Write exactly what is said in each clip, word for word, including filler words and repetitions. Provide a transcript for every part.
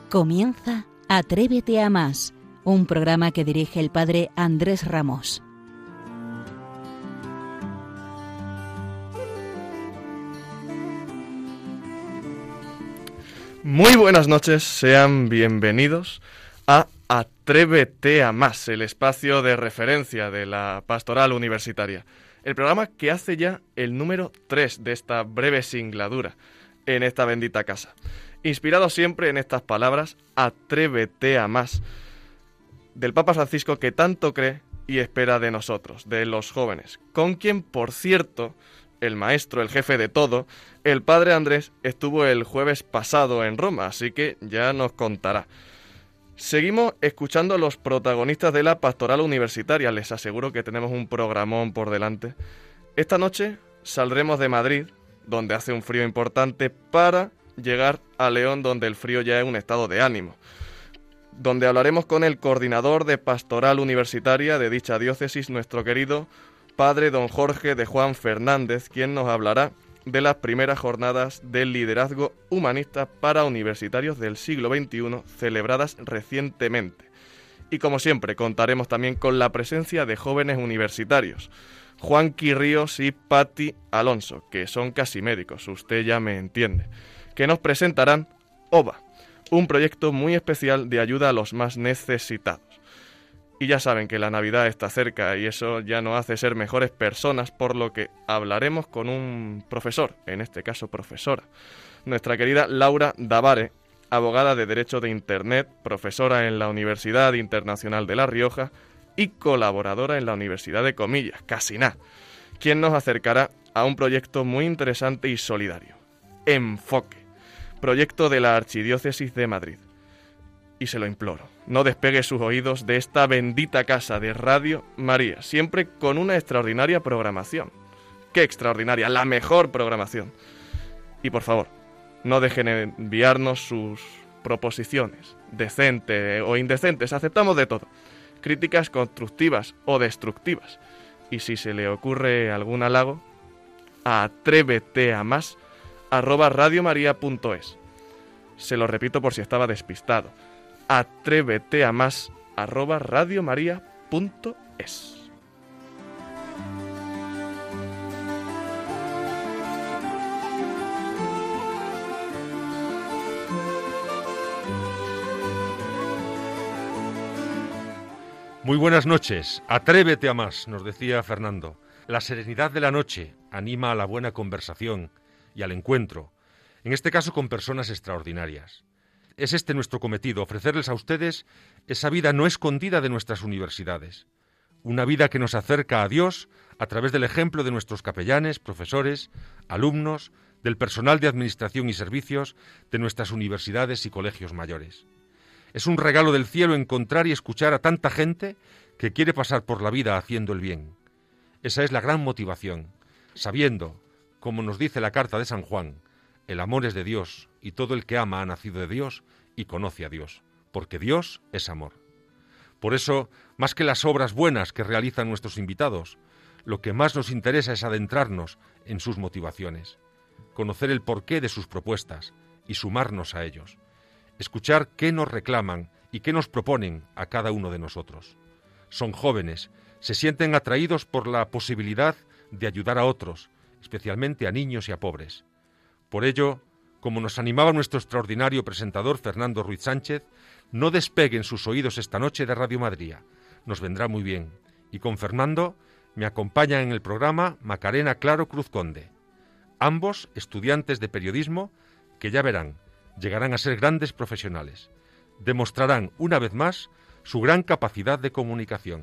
Comienza Atrévete a Más, un programa que dirige el padre Andrés Ramos. Muy buenas noches, sean bienvenidos a Atrévete a Más, el espacio de referencia de la Pastoral Universitaria. El programa que hace ya el número tres de esta breve singladura en esta bendita casa. Inspirado siempre en estas palabras, Atrévete a Más, del Papa Francisco, que tanto cree y espera de nosotros, de los jóvenes, con quien, por cierto, el maestro, el jefe de todo, el padre Andrés, estuvo el jueves pasado en Roma, así que ya nos contará. Seguimos escuchando a los protagonistas de la Pastoral Universitaria, les aseguro que tenemos un programón por delante. Esta noche saldremos de Madrid, donde hace un frío importante, para llegar a León, donde el frío ya es un estado de ánimo, donde hablaremos con el coordinador de Pastoral Universitaria de dicha diócesis, nuestro querido padre don Jorge de Juan Fernández, quien nos hablará de las primeras jornadas del liderazgo humanista para universitarios del siglo veintiuno, celebradas recientemente. Y como siempre, contaremos también con la presencia de jóvenes universitarios, Juanqui Ríos y Pati Alonso, que son casi médicos, usted ya me entiende, que nos presentarán O V A, un proyecto muy especial de ayuda a los más necesitados. Y ya saben que la Navidad está cerca y eso ya nos hace ser mejores personas, por lo que hablaremos con un profesor, en este caso profesora, nuestra querida Laura Davare, abogada de Derecho de Internet, profesora en la Universidad Internacional de La Rioja y colaboradora en la Universidad de Comillas, casi nada, quien nos acercará a un proyecto muy interesante y solidario, Enfoque, proyecto de la Archidiócesis de Madrid. Y se lo imploro, no despegue sus oídos de esta bendita casa de Radio María, siempre con una extraordinaria programación. ¡Qué extraordinaria! La mejor programación. Y por favor, no dejen de enviarnos sus proposiciones, decentes o indecentes, aceptamos de todo. Críticas constructivas o destructivas. Y si se le ocurre algún halago, a atrévete a más arroba radiomaria.es. Se lo repito por si estaba despistado. Atrévete a más arroba radiomaria.es. Muy buenas noches. Atrévete a más, nos decía Fernando. La serenidad de la noche anima a la buena conversación y al encuentro, en este caso con personas extraordinarias. Es este nuestro cometido, ofrecerles a ustedes esa vida no escondida de nuestras universidades, una vida que nos acerca a Dios a través del ejemplo de nuestros capellanes, profesores, alumnos, del personal de administración y servicios de nuestras universidades y colegios mayores. Es un regalo del cielo encontrar y escuchar a tanta gente que quiere pasar por la vida haciendo el bien. Esa es la gran motivación, sabiendo, como nos dice la carta de San Juan, el amor es de Dios, y todo el que ama ha nacido de Dios y conoce a Dios, porque Dios es amor. Por eso, más que las obras buenas que realizan nuestros invitados, lo que más nos interesa es adentrarnos en sus motivaciones, conocer el porqué de sus propuestas y sumarnos a ellos, escuchar qué nos reclaman y qué nos proponen a cada uno de nosotros. Son jóvenes, se sienten atraídos por la posibilidad de ayudar a otros, especialmente a niños y a pobres. Por ello, como nos animaba nuestro extraordinario presentador Fernando Ruiz Sánchez, no despeguen sus oídos esta noche de Radio María. Nos vendrá muy bien. Y con Fernando me acompaña en el programa Macarena Claro Cruz Conde. Ambos estudiantes de periodismo que ya verán, llegarán a ser grandes profesionales. Demostrarán una vez más su gran capacidad de comunicación.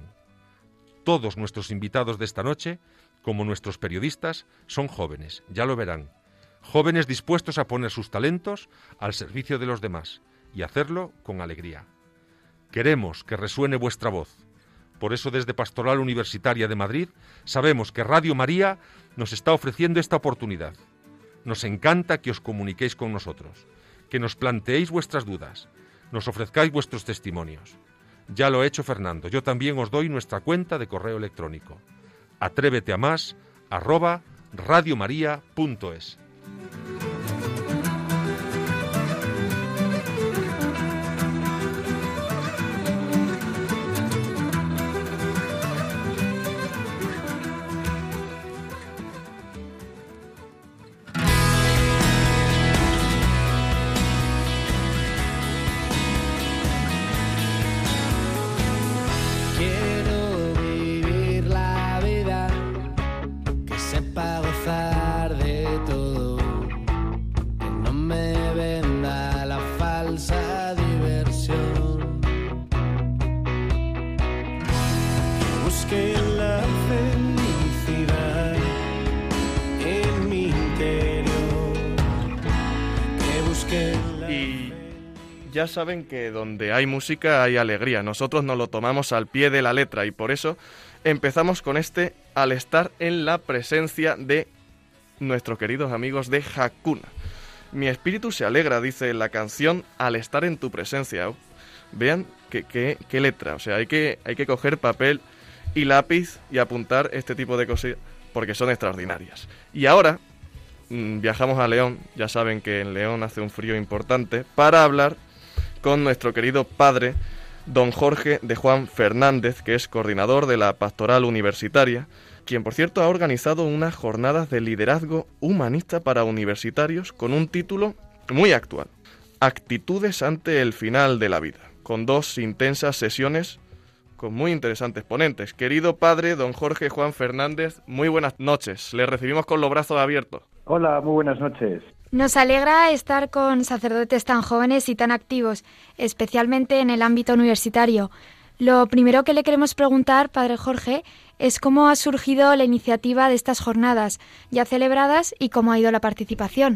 Todos nuestros invitados de esta noche, como nuestros periodistas, son jóvenes, ya lo verán. Jóvenes dispuestos a poner sus talentos al servicio de los demás y hacerlo con alegría. Queremos que resuene vuestra voz. Por eso desde Pastoral Universitaria de Madrid sabemos que Radio María nos está ofreciendo esta oportunidad. Nos encanta que os comuniquéis con nosotros, que nos planteéis vuestras dudas, nos ofrezcáis vuestros testimonios. Ya lo ha hecho Fernando, yo también os doy nuestra cuenta de correo electrónico. Atrévete a más, arroba radiomaria.es. quiero vivir la vida que sepa gozar de todo, que no me venda la falsa diversión, que busque la felicidad en mi interior, que busque la... Y ya saben que donde hay música hay alegría. Nosotros nos lo tomamos al pie de la letra y por eso empezamos con este al estar en la presencia de nuestros queridos amigos de Hakuna. Mi espíritu se alegra, dice la canción, al estar en tu presencia. Vean qué, qué, qué letra. O sea, hay que, hay que coger papel y lápiz y apuntar este tipo de cosas porque son extraordinarias. Y ahora mmm, viajamos a León. Ya saben que en León hace un frío importante para hablar con nuestro querido padre, don Jorge de Juan Fernández, que es coordinador de la Pastoral Universitaria, quien por cierto ha organizado unas jornadas de liderazgo humanista para universitarios con un título muy actual: Actitudes ante el final de la vida, con dos intensas sesiones con muy interesantes ponentes. Querido padre, don Jorge Juan Fernández, muy buenas noches. Le recibimos con los brazos abiertos. Hola, muy buenas noches. Nos alegra estar con sacerdotes tan jóvenes y tan activos, especialmente en el ámbito universitario. Lo primero que le queremos preguntar, padre Jorge, es cómo ha surgido la iniciativa de estas jornadas ya celebradas y cómo ha ido la participación.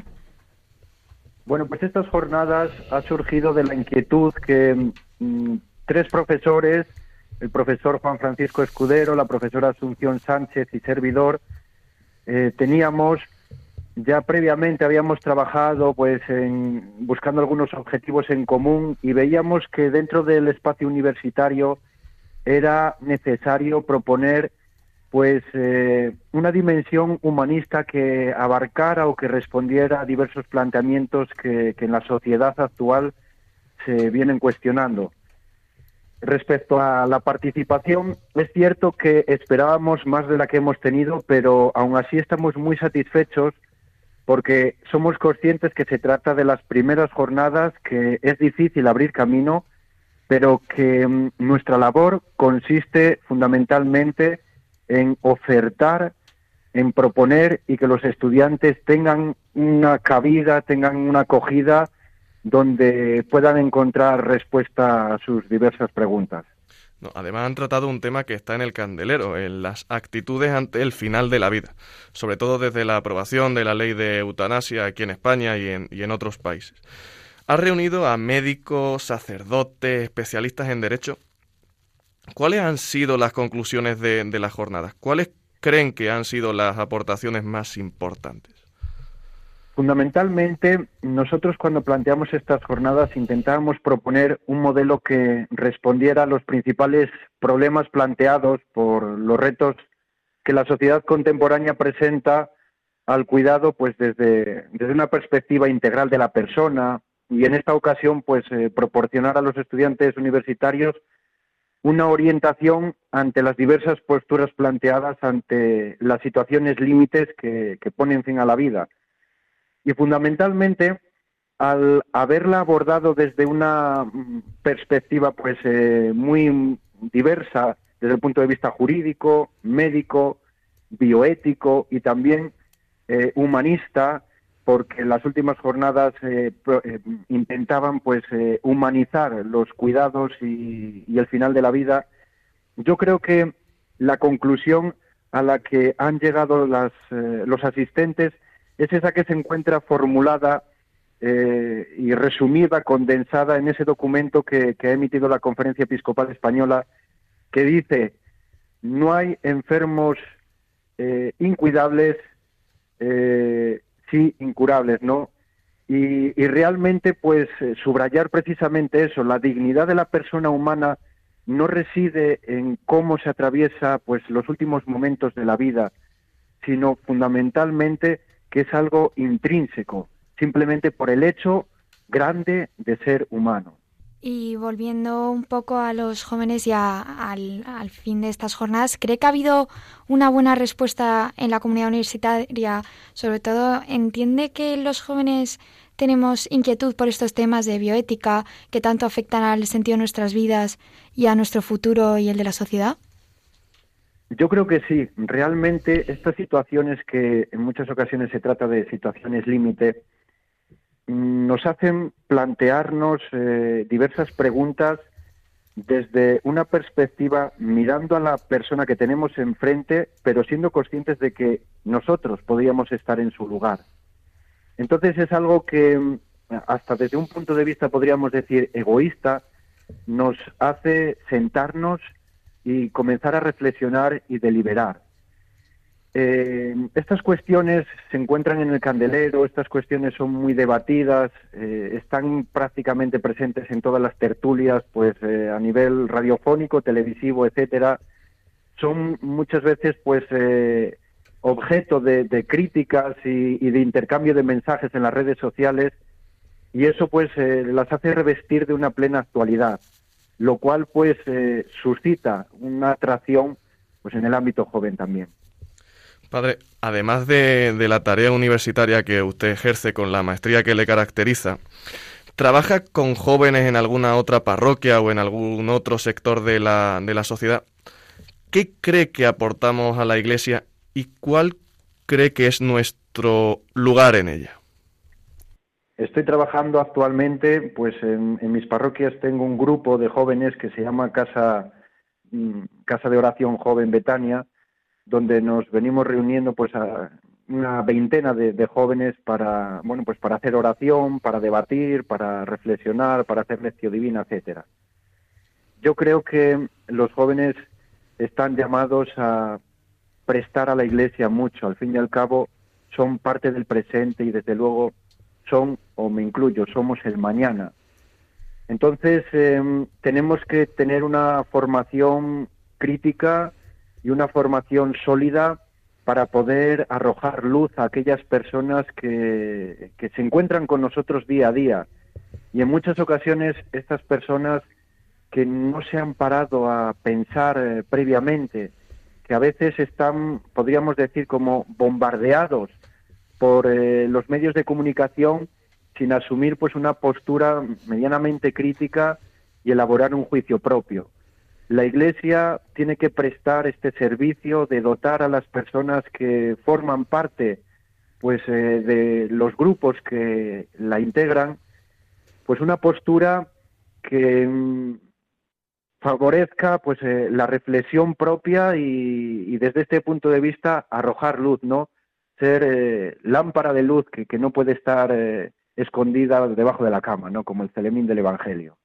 Bueno, pues estas jornadas ha surgido de la inquietud que mmm, tres profesores, el profesor Juan Francisco Escudero, la profesora Asunción Sánchez y servidor, eh, teníamos... Ya previamente habíamos trabajado pues en buscando algunos objetivos en común y veíamos que dentro del espacio universitario era necesario proponer pues eh, una dimensión humanista que abarcara o que respondiera a diversos planteamientos que, que en la sociedad actual se vienen cuestionando. Respecto a la participación, es cierto que esperábamos más de la que hemos tenido, pero aún así estamos muy satisfechos porque somos conscientes que se trata de las primeras jornadas, que es difícil abrir camino, pero que mm, nuestra labor consiste fundamentalmente en ofertar, en proponer y que los estudiantes tengan una cabida, tengan una acogida donde puedan encontrar respuesta a sus diversas preguntas. No, además han tratado un tema que está en el candelero, en las actitudes ante el final de la vida, sobre todo desde la aprobación de la ley de eutanasia aquí en España y en, y en otros países. Ha reunido a médicos, sacerdotes, especialistas en derecho. ¿Cuáles han sido las conclusiones de, de las jornadas? ¿Cuáles creen que han sido las aportaciones más importantes? Fundamentalmente, nosotros cuando planteamos estas jornadas intentábamos proponer un modelo que respondiera a los principales problemas planteados por los retos que la sociedad contemporánea presenta al cuidado, pues desde, desde una perspectiva integral de la persona, y en esta ocasión pues eh, proporcionar a los estudiantes universitarios una orientación ante las diversas posturas planteadas ante las situaciones límites que, que ponen fin a la vida. Y fundamentalmente, al haberla abordado desde una perspectiva pues eh, muy diversa, desde el punto de vista jurídico, médico, bioético y también eh, humanista, porque las últimas jornadas eh, pro, eh, intentaban pues eh, humanizar los cuidados y, y el final de la vida, yo creo que la conclusión a la que han llegado las, eh, los asistentes es esa que se encuentra formulada eh, y resumida, condensada en ese documento que, que ha emitido la Conferencia Episcopal Española, que dice: no hay enfermos eh, incuidables, eh, sí incurables, ¿no? Y, y realmente, pues, subrayar precisamente eso, la dignidad de la persona humana no reside en cómo se atraviesa, pues, los últimos momentos de la vida, sino fundamentalmente que es algo intrínseco, simplemente por el hecho grande de ser humano. Y volviendo un poco a los jóvenes y a, al, al fin de estas jornadas, ¿cree que ha habido una buena respuesta en la comunidad universitaria? Sobre todo, ¿entiende que los jóvenes tenemos inquietud por estos temas de bioética que tanto afectan al sentido de nuestras vidas y a nuestro futuro y el de la sociedad? Yo creo que sí. Realmente estas situaciones, que en muchas ocasiones se trata de situaciones límite, nos hacen plantearnos eh, diversas preguntas desde una perspectiva mirando a la persona que tenemos enfrente, pero siendo conscientes de que nosotros podríamos estar en su lugar. Entonces es algo que, hasta desde un punto de vista podríamos decir egoísta, nos hace sentarnos y comenzar a reflexionar y deliberar. Eh, estas cuestiones se encuentran en el candelero, estas cuestiones son muy debatidas, eh, están prácticamente presentes en todas las tertulias, pues eh, a nivel radiofónico, televisivo, etcétera. Son muchas veces pues eh, objeto de, de críticas y, y de intercambio de mensajes en las redes sociales, y eso pues eh, las hace revestir de una plena actualidad, lo cual pues eh, suscita una atracción pues en el ámbito joven también. Padre, además de, de la tarea universitaria que usted ejerce con la maestría que le caracteriza, ¿trabaja con jóvenes en alguna otra parroquia o en algún otro sector de la, de la sociedad? ¿Qué cree que aportamos a la Iglesia y cuál cree que es nuestro lugar en ella? Estoy trabajando actualmente, pues en, en mis parroquias tengo un grupo de jóvenes que se llama Casa, Casa de Oración Joven Betania, donde nos venimos reuniendo pues a una veintena de, de jóvenes para, bueno, pues para hacer oración, para debatir, para reflexionar, para hacer lección divina, etcétera. Yo creo que los jóvenes están llamados a prestar a la Iglesia mucho. Al fin y al cabo son parte del presente y desde luego son, o me incluyo, somos el mañana. Entonces eh, tenemos que tener una formación crítica y una formación sólida para poder arrojar luz a aquellas personas que, que se encuentran con nosotros día a día. Y en muchas ocasiones estas personas que no se han parado a pensar eh, previamente, que a veces están, podríamos decir, como bombardeados por eh, los medios de comunicación sin asumir pues una postura medianamente crítica y elaborar un juicio propio. La Iglesia tiene que prestar este servicio de dotar a las personas que forman parte pues eh, de los grupos que la integran, pues una postura que mm, favorezca pues eh, la reflexión propia y, y desde este punto de vista arrojar luz, ¿no? Ser eh, lámpara de luz que, que no puede estar eh, escondida debajo de la cama, ¿no? Como el celemín del Evangelio.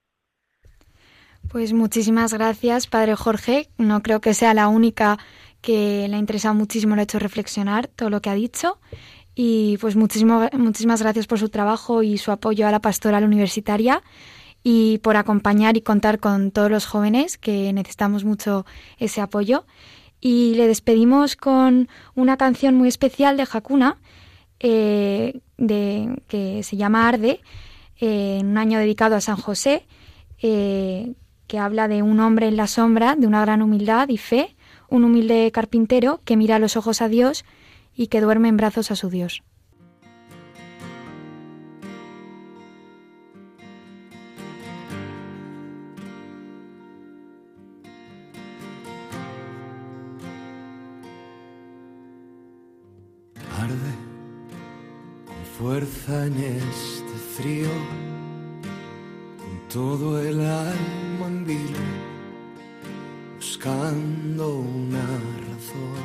Pues muchísimas gracias, Padre Jorge. No creo que sea la única que le ha interesado muchísimo, le ha hecho reflexionar todo lo que ha dicho. Y pues muchísimo, muchísimas gracias por su trabajo y su apoyo a la pastoral universitaria y por acompañar y contar con todos los jóvenes, que necesitamos mucho ese apoyo. Y le despedimos con una canción muy especial de Hakuna, eh, de, que se llama Arde, eh, en un año dedicado a San José, eh, que habla de un hombre en la sombra, de una gran humildad y fe, un humilde carpintero que mira a los ojos a Dios y que duerme en brazos a su Dios. Arde con fuerza en este frío, con todo el alma en vilo, buscando una razón.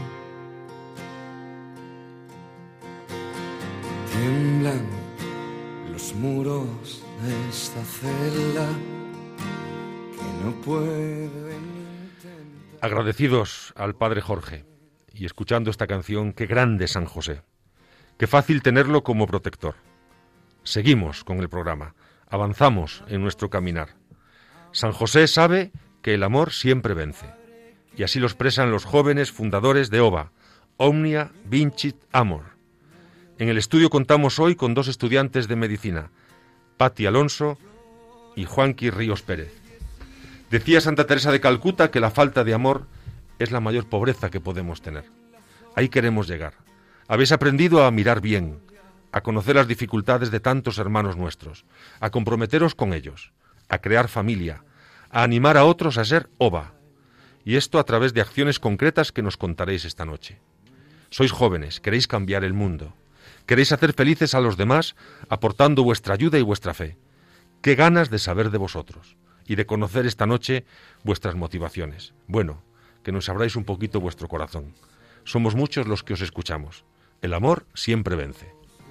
Tiemblan los muros de esta celda que no pueden intentar. Agradecidos al Padre Jorge y escuchando esta canción, qué grande San José, qué fácil tenerlo como protector. Seguimos con el programa, avanzamos en nuestro caminar. San José sabe que el amor siempre vence, y así lo expresan los jóvenes fundadores de O V A, Omnia Vincit Amor. En el estudio contamos hoy con dos estudiantes de medicina, Patti Alonso y Juanqui Ríos Pérez. Decía Santa Teresa de Calcuta que la falta de amor es la mayor pobreza que podemos tener. Ahí queremos llegar. Habéis aprendido a mirar bien, a conocer las dificultades de tantos hermanos nuestros, a comprometeros con ellos, a crear familia, a animar a otros a ser ova. Y esto a través de acciones concretas que nos contaréis esta noche. Sois jóvenes, queréis cambiar el mundo. Queréis hacer felices a los demás aportando vuestra ayuda y vuestra fe. Qué ganas de saber de vosotros y de conocer esta noche vuestras motivaciones. Bueno, que nos abráis un poquito vuestro corazón. Somos muchos los que os escuchamos. El amor siempre vence.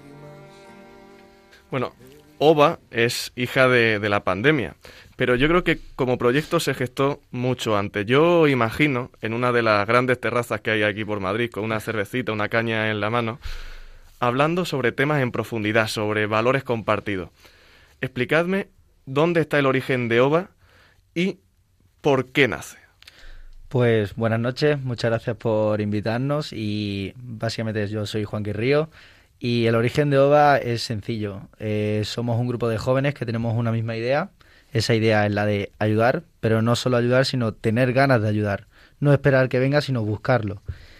Bueno, Ova es hija de, de la pandemia, pero yo creo que como proyecto se gestó mucho antes. Yo imagino, en una de las grandes terrazas que hay aquí por Madrid, con una cervecita, una caña en la mano, hablando sobre temas en profundidad, sobre valores compartidos. Explicadme dónde está el origen de Ova y por qué nace. Pues buenas noches, muchas gracias por invitarnos y básicamente yo soy Juan Quirrío. Y el origen de Ova es sencillo. Eh, somos un grupo de jóvenes que tenemos una misma idea. Esa idea es la de ayudar, pero no solo ayudar, sino tener ganas de ayudar. No esperar que venga, sino buscarlo.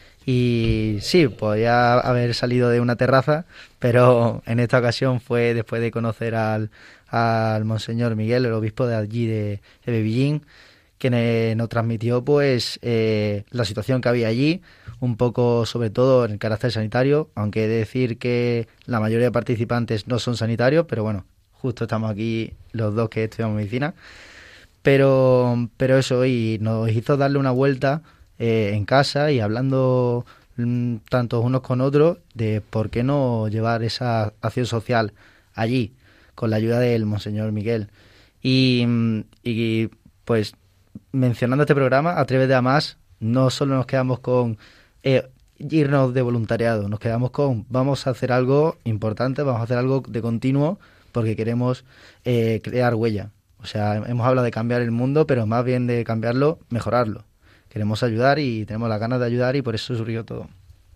Y sí, podía haber salido de una terraza, pero en esta ocasión fue después de conocer al, al Monseñor Miguel, el obispo de allí de, de Bebillín, que nos transmitió pues eh, la situación que había allí, un poco sobre todo en el carácter sanitario, aunque he de decir que la mayoría de participantes no son sanitarios, pero bueno, justo estamos aquí los dos que estudiamos medicina, pero, pero eso, y nos hizo darle una vuelta eh, en casa y hablando mm, tantos unos con otros de por qué no llevar esa acción social allí, con la ayuda del Monseñor Miguel. Y, y pues mencionando este programa, Atrévete a Más, no solo nos quedamos con eh, irnos de voluntariado, nos quedamos con vamos a hacer algo importante, vamos a hacer algo de continuo porque queremos eh, crear huella. O sea, hemos hablado de cambiar el mundo, pero más bien de cambiarlo, mejorarlo. Queremos ayudar y tenemos las ganas de ayudar y por eso surgió todo.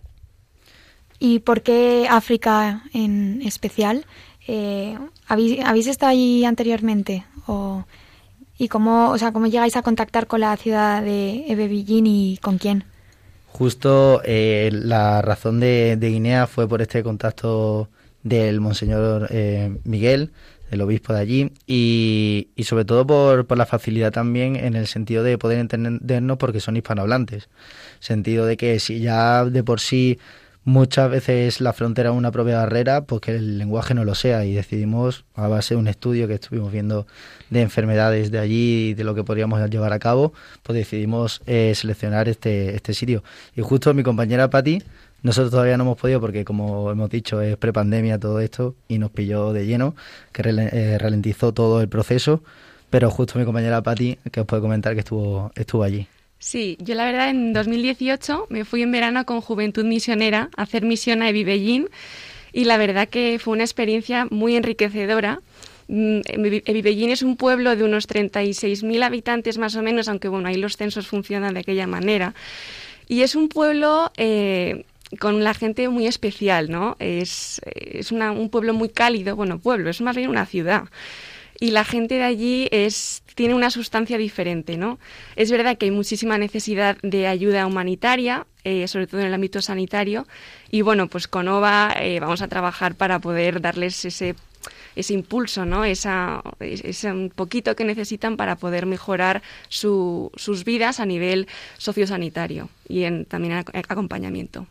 ¿Y por qué África en especial? Eh, ¿habéis, ¿Habéis estado allí anteriormente? ¿O, ¿Y cómo, o sea, cómo llegáis a contactar con la ciudad de Ebebillín y con quién? Justo eh, la razón de, de Guinea fue por este contacto del Monseñor eh, Miguel, el obispo de allí, y, y sobre todo por, por la facilidad también en el sentido de poder entendernos porque son hispanohablantes. Sentido de que si ya de por sí muchas veces la frontera es una propia barrera, pues que el lenguaje no lo sea, y decidimos, a base de un estudio que estuvimos viendo de enfermedades de allí y de lo que podríamos llevar a cabo, pues decidimos eh, seleccionar este, este sitio. Y justo mi compañera Pati, nosotros todavía no hemos podido porque, como hemos dicho, es prepandemia todo esto y nos pilló de lleno, que eh, ralentizó todo el proceso, pero justo mi compañera Pati, que os puede comentar que estuvo, estuvo allí. Sí, yo la verdad en dos mil dieciocho me fui en verano con Juventud Misionera a hacer misión a Ebibellín y la verdad que fue una experiencia muy enriquecedora. Ebibellín es un pueblo de unos treinta y seis mil habitantes más o menos, aunque bueno, ahí los censos funcionan de aquella manera. Y es un pueblo eh, con la gente muy especial, ¿no? Es, es una, un pueblo muy cálido, bueno, pueblo, es más bien una ciudad. Y la gente de allí es tiene una sustancia diferente, ¿no? Es verdad que hay muchísima necesidad de ayuda humanitaria, eh, sobre todo en el ámbito sanitario, y bueno, pues con Ova eh, vamos a trabajar para poder darles ese ese impulso, ¿no? Esa, ese un poquito que necesitan para poder mejorar su, sus vidas a nivel sociosanitario y en, también en acompañamiento.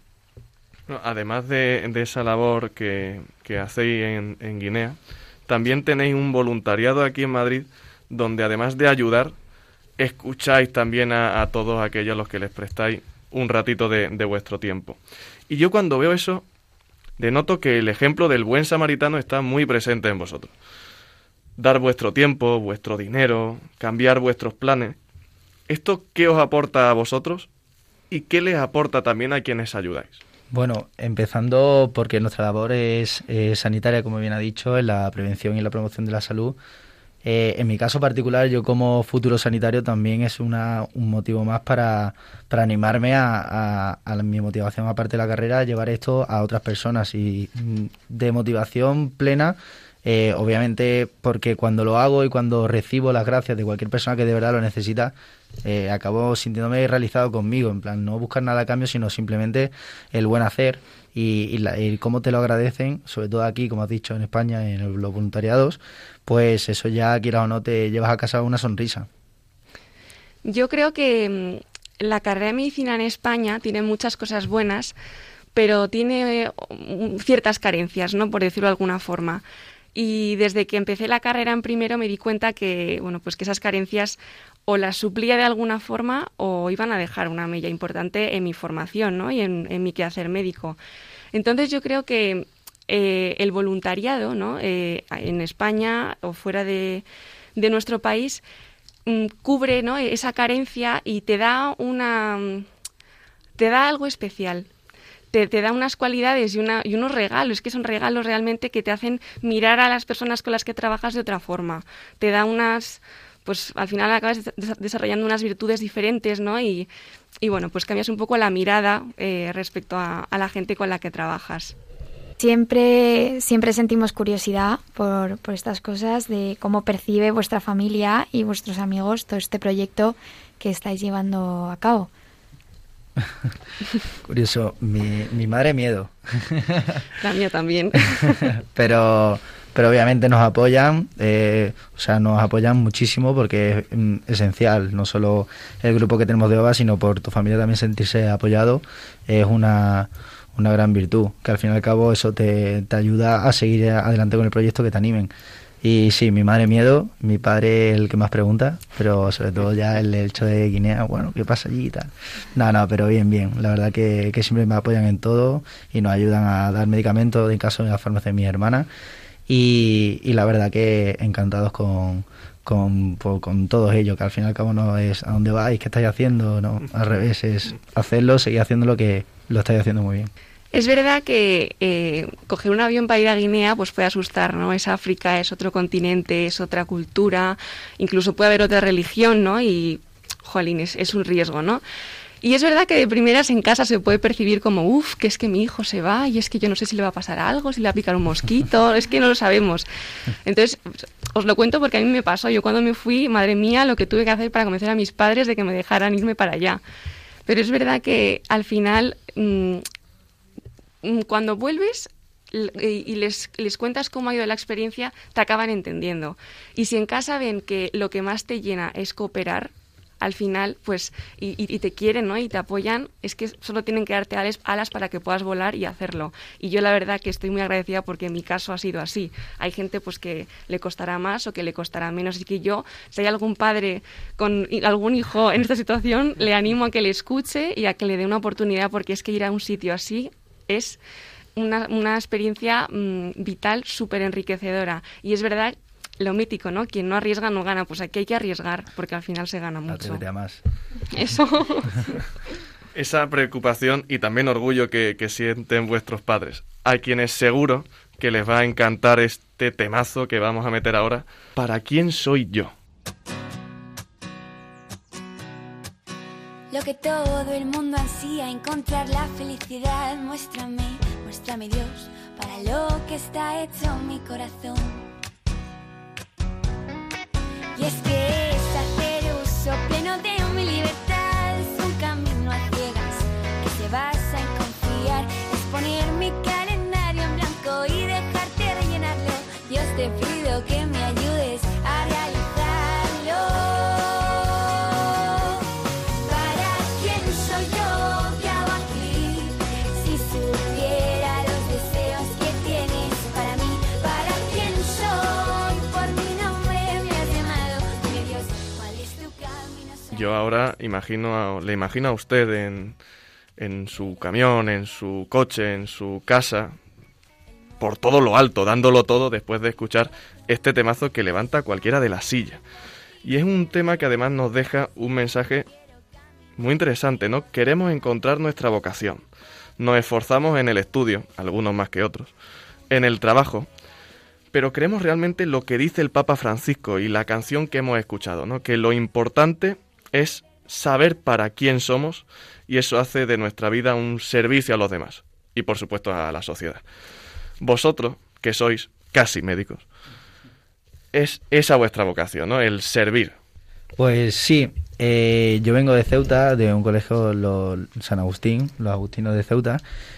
Además de, de esa labor que, que hacéis en, en Guinea, también tenéis un voluntariado aquí en Madrid donde además de ayudar, escucháis también a, a todos aquellos a los que les prestáis un ratito de, de vuestro tiempo. Y yo cuando veo eso, denoto que el ejemplo del buen samaritano está muy presente en vosotros. Dar vuestro tiempo, vuestro dinero, cambiar vuestros planes. ¿Esto qué os aporta a vosotros y qué les aporta también a quienes ayudáis? Bueno, empezando porque nuestra labor es eh, sanitaria, como bien ha dicho, en la prevención y la promoción de la salud. Eh, en mi caso particular, yo como futuro sanitario también es una, un motivo más para, para animarme a, a, a mi motivación, aparte de la carrera, a llevar esto a otras personas y de motivación plena Eh, obviamente porque cuando lo hago y cuando recibo las gracias de cualquier persona que de verdad lo necesita, eh, acabo sintiéndome realizado conmigo, en plan, no buscar nada a cambio, sino simplemente el buen hacer y, y, la, y cómo te lo agradecen, sobre todo aquí, como has dicho, en España, en los voluntariados, pues eso ya, quieras o no, te llevas a casa una sonrisa. Yo creo que la carrera de medicina en España tiene muchas cosas buenas, pero tiene ciertas carencias, ¿no?, por decirlo de alguna forma. Y desde que empecé la carrera en primero me di cuenta que, bueno, pues que esas carencias o las suplía de alguna forma o iban a dejar una mella importante en mi formación, ¿no?, y en, en mi quehacer médico. Entonces yo creo que eh, el voluntariado, ¿no?, eh, en España o fuera de, de nuestro país, cubre, ¿no?, esa carencia y te da una te da algo especial, te, te da unas cualidades y, una, y unos regalos, que son regalos realmente que te hacen mirar a las personas con las que trabajas de otra forma, te da unas, pues al final acabas desarrollando unas virtudes diferentes, ¿no?, y, y bueno, pues cambias un poco la mirada eh, respecto a, a la gente con la que trabajas. Siempre, siempre sentimos curiosidad por, por estas cosas, de cómo percibe vuestra familia y vuestros amigos todo este proyecto que estáis llevando a cabo. Curioso, mi, mi madre miedo. La mía también. pero, pero obviamente nos apoyan, eh, o sea, nos apoyan muchísimo porque es mm, esencial, no solo el grupo que tenemos de O V A, sino por tu familia también sentirse apoyado, es una... una gran virtud, que al fin y al cabo eso te, te ayuda a seguir adelante con el proyecto, que te animen. Y sí, mi madre miedo, mi padre el que más pregunta, pero sobre todo ya el hecho de Guinea, bueno, ¿qué pasa allí y tal? No, no, pero bien, bien, la verdad que, que siempre me apoyan en todo y nos ayudan a dar medicamentos, en caso de la farmacia de mi hermana, y, y la verdad que encantados con... Con, con todos ellos, que al fin y al cabo no es a dónde vais, qué estáis haciendo, no, al revés, es hacerlo, seguir haciendo lo que lo estáis haciendo muy bien. Es verdad que eh, coger un avión para ir a Guinea pues puede asustar, ¿no? Es África, es otro continente, es otra cultura, incluso puede haber otra religión, ¿no? Y, jolín, es, es un riesgo, ¿no? Y es verdad que de primeras en casa se puede percibir como, uff, que es que mi hijo se va y es que yo no sé si le va a pasar algo, si le va a picar un mosquito, es que no lo sabemos. Entonces, os lo cuento porque a mí me pasó. Yo cuando me fui, madre mía, lo que tuve que hacer para convencer a mis padres de que me dejaran irme para allá. Pero es verdad que al final, mmm, cuando vuelves y les, les cuentas cómo ha ido la experiencia, te acaban entendiendo. Y si en casa ven que lo que más te llena es cooperar, al final, pues, y, y te quieren, ¿no?, y te apoyan, es que solo tienen que darte alas, alas para que puedas volar y hacerlo. Y yo la verdad que estoy muy agradecida porque en mi caso ha sido así. Hay gente pues que le costará más o que le costará menos. Así que yo, si hay algún padre con algún hijo en esta situación, le animo a que le escuche y a que le dé una oportunidad, porque es que ir a un sitio así es una, una experiencia mmm, vital, súper enriquecedora. Y es verdad, lo mítico, ¿no? Quien no arriesga no gana. Pues aquí hay que arriesgar, porque al final se gana mucho. Atrévete a más. Eso. Esa preocupación y también orgullo que, que sienten vuestros padres. Hay quienes seguro que les va a encantar este temazo que vamos a meter ahora. ¿Para quién soy yo? Lo que todo el mundo ansía, encontrar la felicidad. Muéstrame, muéstrame Dios, para lo que está hecho mi corazón. Y es que es hacer uso pleno de mi libertad, es un camino a ciegas que se basa en confiar, es poner mi calendario en blanco y dejarte rellenarlo. Dios, te pido que me ayudes a realizarlo. ¿Para quién soy yo? ¿Qué hago aquí? Si supiera los deseos que tienes para mí. ¿Para quién soy? Por mi nombre me has llamado. Dime Dios, ¿cuál es tu camino? Yo ahora imagino a, le imagino a usted en, en su camión, en su coche, en su casa, por todo lo alto, dándolo todo después de escuchar este temazo que levanta a cualquiera de la silla. Y es un tema que además nos deja un mensaje muy interesante, ¿no? Queremos encontrar nuestra vocación. Nos esforzamos en el estudio, algunos más que otros, en el trabajo, pero creemos realmente lo que dice el Papa Francisco y la canción que hemos escuchado, ¿no? Que lo importante es saber para quién somos, y eso hace de nuestra vida un servicio a los demás y por supuesto a la sociedad. Vosotros, que sois casi médicos, es esa vuestra vocación, ¿no? El servir. Pues sí, eh, yo vengo de Ceuta, de un colegio, los San Agustín, los agustinos de Ceuta,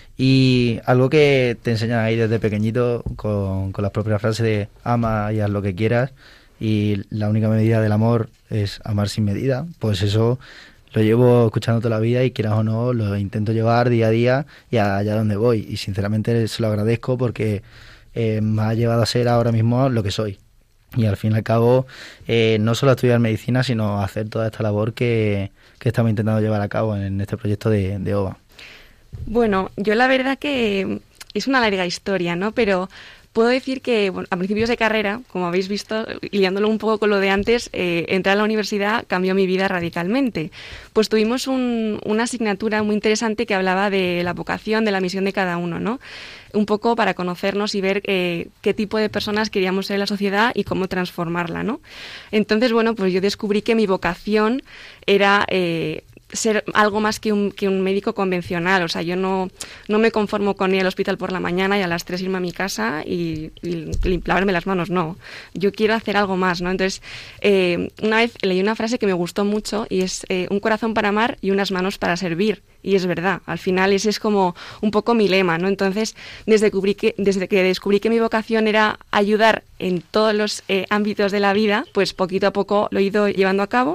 y algo que te enseñan ahí desde pequeñito con, con las propias frases de ama y haz lo que quieras, y la única medida del amor es amar sin medida, pues eso lo llevo escuchando toda la vida y quieras o no, lo intento llevar día a día y allá donde voy, y sinceramente se lo agradezco porque eh, me ha llevado a ser ahora mismo lo que soy. Y al fin y al cabo, eh, no solo a estudiar medicina, sino a hacer toda esta labor que, que estamos intentando llevar a cabo en, en este proyecto de, de O V A. Bueno, yo la verdad que es una larga historia, ¿no? Pero puedo decir que bueno, a principios de carrera, como habéis visto, liándolo un poco con lo de antes, eh, entrar a la universidad cambió mi vida radicalmente. Pues tuvimos un, una asignatura muy interesante que hablaba de la vocación, de la misión de cada uno, ¿no? Un poco para conocernos y ver eh, qué tipo de personas queríamos ser en la sociedad y cómo transformarla, ¿no? Entonces, bueno, pues yo descubrí que mi vocación era eh, ser algo más que un, que un médico convencional. O sea, yo no, no me conformo con ir al hospital por la mañana y a las tres irme a mi casa y, y lavarme las manos, no. Yo quiero hacer algo más, ¿no? Entonces, eh, una vez leí una frase que me gustó mucho y es eh, un corazón para amar y unas manos para servir. Y es verdad, al final ese es como un poco mi lema, ¿no? Entonces, desde, que, desde que descubrí que mi vocación era ayudar en todos los eh, ámbitos de la vida, pues poquito a poco lo he ido llevando a cabo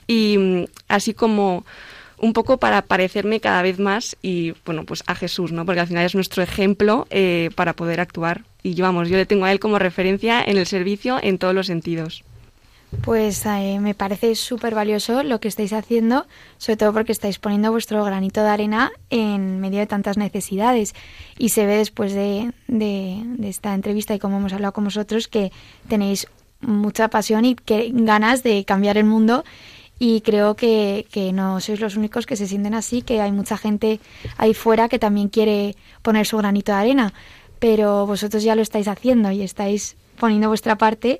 y así como un poco para parecerme cada vez más y, bueno, pues a Jesús, ¿no? Porque al final es nuestro ejemplo eh, para poder actuar. Y yo, vamos, yo le tengo a él como referencia en el servicio en todos los sentidos. Pues eh, me parece súper valioso lo que estáis haciendo, sobre todo porque estáis poniendo vuestro granito de arena en medio de tantas necesidades y se ve después de, de, de esta entrevista y como hemos hablado con vosotros que tenéis mucha pasión y que, ganas de cambiar el mundo y creo que, que no sois los únicos que se sienten así, que hay mucha gente ahí fuera que también quiere poner su granito de arena, pero vosotros ya lo estáis haciendo y estáis poniendo vuestra parte.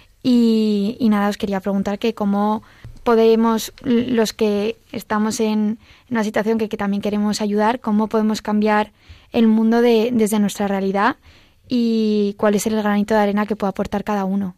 Y, y nada, os quería preguntar que cómo podemos, los que estamos en una situación que, que también queremos ayudar, cómo podemos cambiar el mundo de, desde nuestra realidad y cuál es el granito de arena que puede aportar cada uno.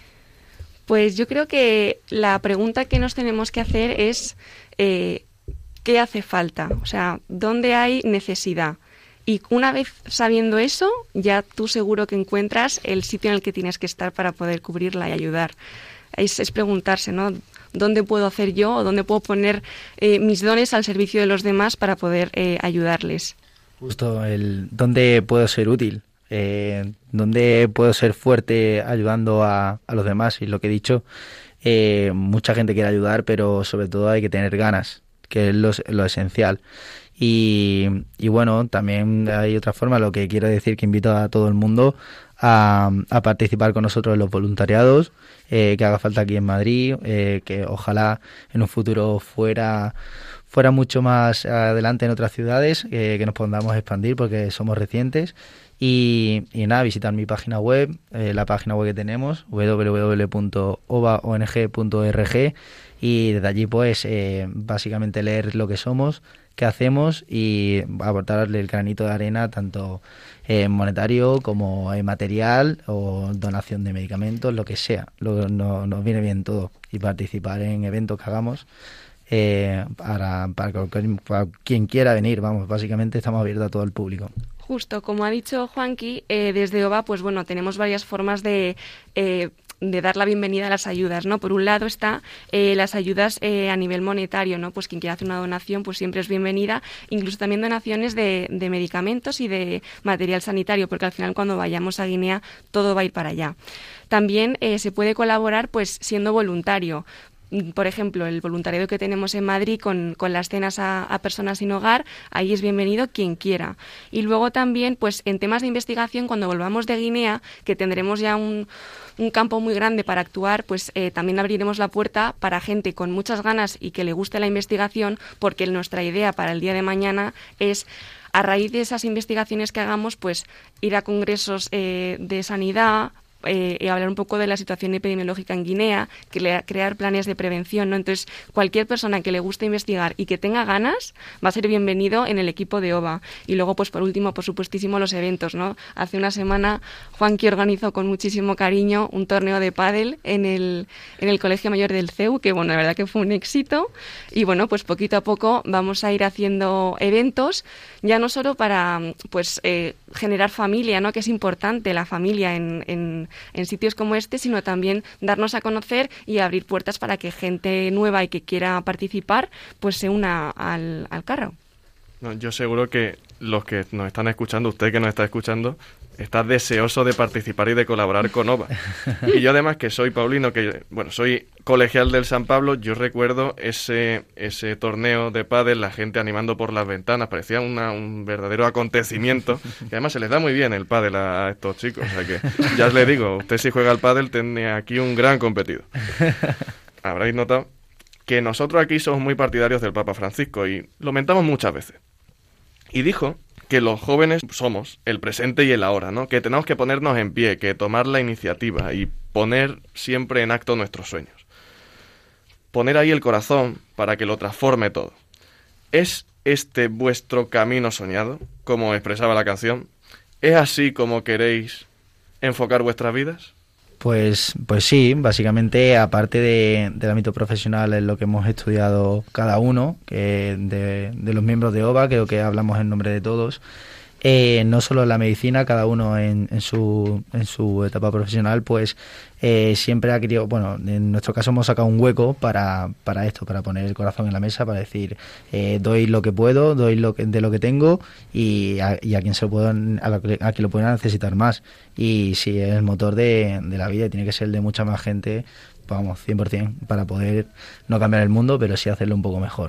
Pues yo creo que la pregunta que nos tenemos que hacer es eh, ¿qué hace falta? O sea, ¿dónde hay necesidad? Y una vez sabiendo eso, ya tú seguro que encuentras el sitio en el que tienes que estar para poder cubrirla y ayudar. Es, es preguntarse, ¿no? ¿Dónde puedo hacer yo o dónde puedo poner eh, mis dones al servicio de los demás para poder eh, ayudarles? Justo, el dónde puedo ser útil, eh, dónde puedo ser fuerte ayudando a, a los demás. Y lo que he dicho, eh, mucha gente quiere ayudar, pero sobre todo hay que tener ganas, que es lo, lo esencial. Y, y bueno, también hay otra forma, lo que quiero decir que invito a todo el mundo a, a participar con nosotros en los voluntariados eh, que haga falta aquí en Madrid, eh, que ojalá en un futuro fuera fuera mucho más adelante en otras ciudades, eh, que nos podamos expandir porque somos recientes. Y, y nada, visitar mi página web, eh, la página web que tenemos, doble u doble u doble u punto o v a o n g punto org, y desde allí pues eh, básicamente leer lo que somos, qué hacemos y aportarle el granito de arena tanto eh, monetario como eh, material o donación de medicamentos, lo que sea. Lo, no, nos viene bien todo y participar en eventos que hagamos eh, para, para, para quien quiera venir. Vamos, básicamente estamos abiertos a todo el público. Justo, como ha dicho Juanqui, eh, desde O V A, pues bueno, tenemos varias formas de, eh, de dar la bienvenida a las ayudas, ¿no? Por un lado está eh, las ayudas eh, a nivel monetario, ¿no? Pues quien quiera hacer una donación, pues siempre es bienvenida, incluso también donaciones de, de medicamentos y de material sanitario, porque al final cuando vayamos a Guinea todo va a ir para allá. También eh, se puede colaborar, pues siendo voluntario. Por ejemplo, el voluntariado que tenemos en Madrid con, con las cenas a, a personas sin hogar, ahí es bienvenido quien quiera. Y luego también, pues en temas de investigación, cuando volvamos de Guinea, que tendremos ya un, un campo muy grande para actuar, pues eh, también abriremos la puerta para gente con muchas ganas y que le guste la investigación, porque nuestra idea para el día de mañana es, a raíz de esas investigaciones que hagamos, pues ir a congresos eh, de sanidad, eh, hablar un poco de la situación epidemiológica en Guinea, que crear planes de prevención, ¿no? Entonces, cualquier persona que le guste investigar y que tenga ganas va a ser bienvenido en el equipo de O V A. Y luego, pues por último, por supuestísimo, los eventos, ¿no? Hace una semana Juanqui organizó con muchísimo cariño un torneo de pádel en el, en el Colegio Mayor del C E U, que bueno, la verdad que fue un éxito. Y bueno, pues poquito a poco vamos a ir haciendo eventos, ya no solo para pues eh, generar familia, ¿no? Que es importante la familia en, en, en sitios como este, sino también darnos a conocer y abrir puertas para que gente nueva y que quiera participar, pues se una al, al carro. No, yo seguro que los que nos están escuchando, usted que nos está escuchando, está deseoso de participar y de colaborar con O V A. Y yo además que soy paulino, que bueno, soy colegial del San Pablo, yo recuerdo ese ese torneo de pádel, la gente animando por las ventanas, parecía una, un verdadero acontecimiento, que además se les da muy bien el pádel a, a estos chicos, o sea que ya os le digo, usted si juega al pádel tiene aquí un gran competidor. Habréis notado que nosotros aquí somos muy partidarios del Papa Francisco y lo mentamos muchas veces. Y dijo que los jóvenes somos el presente y el ahora, ¿no? Que tenemos que ponernos en pie, que tomar la iniciativa y poner siempre en acto nuestros sueños. Poner ahí el corazón para que lo transforme todo. ¿Es este vuestro camino soñado, como expresaba la canción? ¿Es así como queréis enfocar vuestras vidas? Pues, pues sí, básicamente, aparte de, del ámbito profesional, es lo que hemos estudiado cada uno, que de, de los miembros de O V A, creo que hablamos en nombre de todos. Eh, no solo en la medicina, cada uno en, en su en su etapa profesional, pues eh, siempre ha querido, bueno, en nuestro caso hemos sacado un hueco para, para esto, para poner el corazón en la mesa, para decir, eh, doy lo que puedo, doy lo que, de lo que tengo y a, y a quien se lo puedo, a, la, a quien lo pueda necesitar más. Y si es el motor de, de la vida, tiene que ser el de mucha más gente, vamos, cien por ciento, para poder no cambiar el mundo, pero sí hacerlo un poco mejor.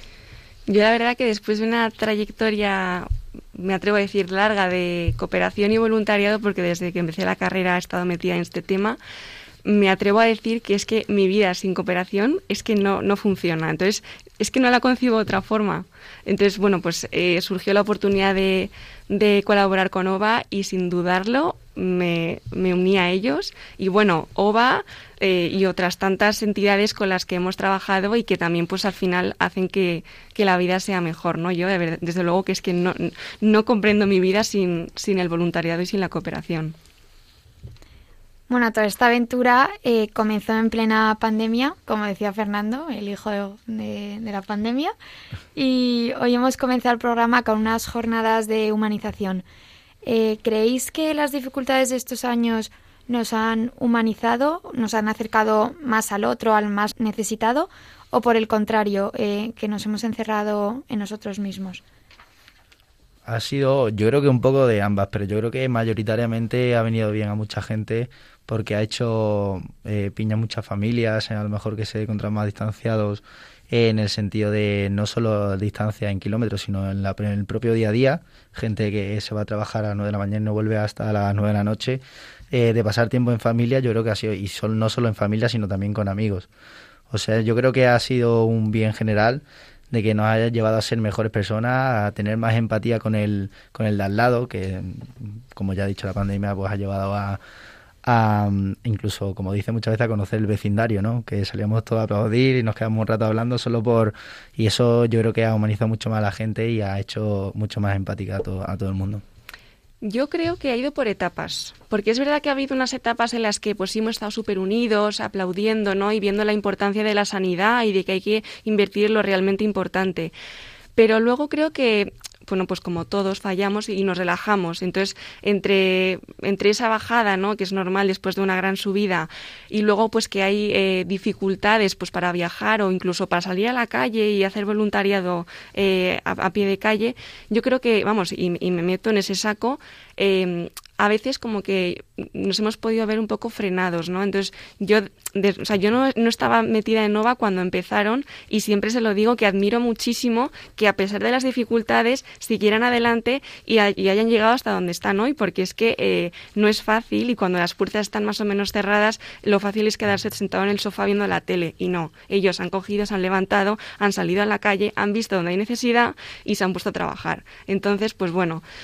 Yo la verdad que después de una trayectoria, me atrevo a decir, larga de cooperación y voluntariado, porque desde que empecé la carrera he estado metida en este tema, me atrevo a decir que es que mi vida sin cooperación es que no, no funciona. Entonces, es que no la concibo de otra forma. Entonces, bueno, pues eh, surgió la oportunidad de, de colaborar con O V A y sin dudarlo me, me uní a ellos. Y bueno, O V A eh, y otras tantas entidades con las que hemos trabajado y que también pues al final hacen que, que la vida sea mejor, ¿no? Yo, de verdad, desde luego que es que no, no comprendo mi vida sin, sin el voluntariado y sin la cooperación. Bueno, toda esta aventura eh, comenzó en plena pandemia, como decía Fernando, el hijo de, de, de la pandemia, y hoy hemos comenzado el programa con unas jornadas de humanización. Eh, ¿Creéis que las dificultades de estos años nos han humanizado, nos han acercado más al otro, al más necesitado, o por el contrario, eh, que nos hemos encerrado en nosotros mismos? Ha sido, yo creo que un poco de ambas, pero yo creo que mayoritariamente ha venido bien a mucha gente porque ha hecho eh, piña a muchas familias, a lo mejor que se encuentran más distanciados eh, en el sentido de no solo distancia en kilómetros, sino en, la, en el propio día a día, gente que se va a trabajar a las nueve de la mañana y no vuelve hasta las nueve de la noche, eh, de pasar tiempo en familia, yo creo que ha sido, y son, no solo en familia, sino también con amigos. O sea, yo creo que ha sido un bien general de que nos haya llevado a ser mejores personas, a tener más empatía con el con el de al lado, que como ya he dicho, la pandemia pues ha llevado a, a incluso, como dice muchas veces, a conocer el vecindario, ¿no? Que salíamos todos a aplaudir y nos quedamos un rato hablando solo por... Y eso yo creo que ha humanizado mucho más a la gente y ha hecho mucho más empática a todo, a todo el mundo. Yo creo que ha ido por etapas, porque es verdad que ha habido unas etapas en las que pues sí hemos estado súper unidos, aplaudiendo, ¿no? Y viendo la importancia de la sanidad y de que hay que invertir en lo realmente importante. Pero luego creo que, bueno, pues como todos fallamos y nos relajamos. Entonces, entre, entre esa bajada, ¿no? Que es normal después de una gran subida, y luego pues que hay eh, dificultades pues para viajar o incluso para salir a la calle y hacer voluntariado eh, a, a pie de calle, yo creo que, vamos, y, y me meto en ese saco, eh, a veces como que nos hemos podido ver un poco frenados, ¿no? Entonces, yo, de, o sea, yo no, no estaba metida en O V A cuando empezaron y siempre se lo digo que admiro muchísimo que a pesar de las dificultades siguieran adelante y, a, y hayan llegado hasta donde están hoy, porque es que eh, no es fácil y cuando las puertas están más o menos cerradas, lo fácil es quedarse sentado en el sofá viendo la tele y no. Ellos han cogido, se han levantado, han salido a la calle, han visto donde hay necesidad y se han puesto a trabajar. Entonces, pues bueno...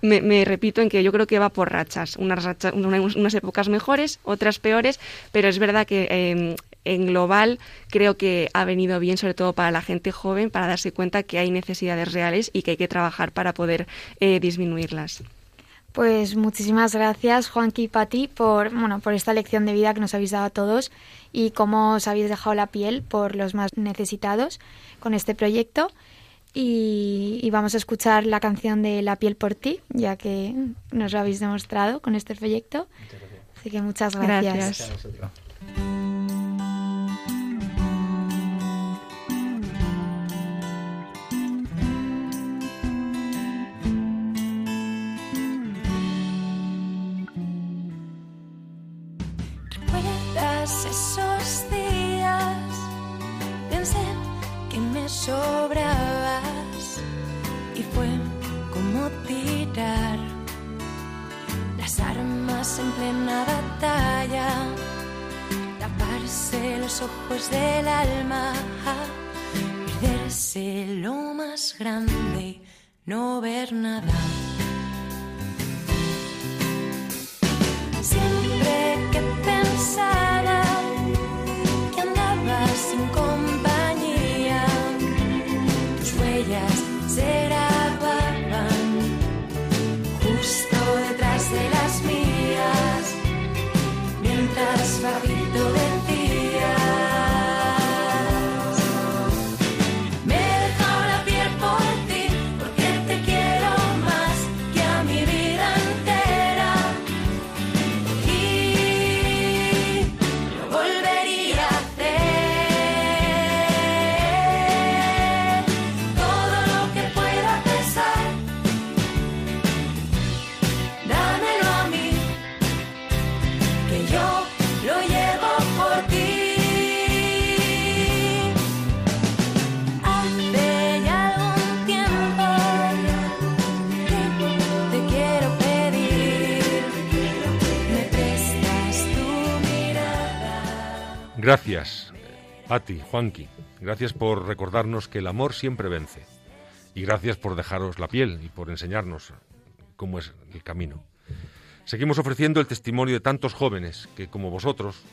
me, me repito en que yo creo que va por rachas, unas, rachas, unas, unas épocas mejores, otras peores, pero es verdad que eh, en global creo que ha venido bien, sobre todo para la gente joven, para darse cuenta que hay necesidades reales y que hay que trabajar para poder eh, disminuirlas. Pues muchísimas gracias, Juanqui y Pati, por, bueno, por esta lección de vida que nos habéis dado a todos y cómo os habéis dejado la piel por los más necesitados con este proyecto. Y, y vamos a escuchar la canción de La piel por ti, ya que nos lo habéis demostrado con este proyecto. Así que muchas gracias. Gracias. ¿Recuerdas esos días? Pensé que me sobrabas y fue como tirar las armas en plena batalla, taparse los ojos del alma, perderse lo más grande y no ver nada. Siempre que pensaba que andabas sin compañía, tus huellas se grababan justo detrás de las mías, mientras bajito decías: me he dejado la piel por ti, porque te quiero más que a mi vida entera, y lo volvería a hacer. Todo lo que pueda pesar, dámelo a mí, que yo lo llevo por ti. Hace ya algún tiempo que te quiero pedir, me prestas tu mirada. Gracias, Pati, Juanqui. Gracias por recordarnos que el amor siempre vence. Y gracias por dejaros la piel y por enseñarnos cómo es el camino. Seguimos ofreciendo el testimonio de tantos jóvenes que, como vosotros,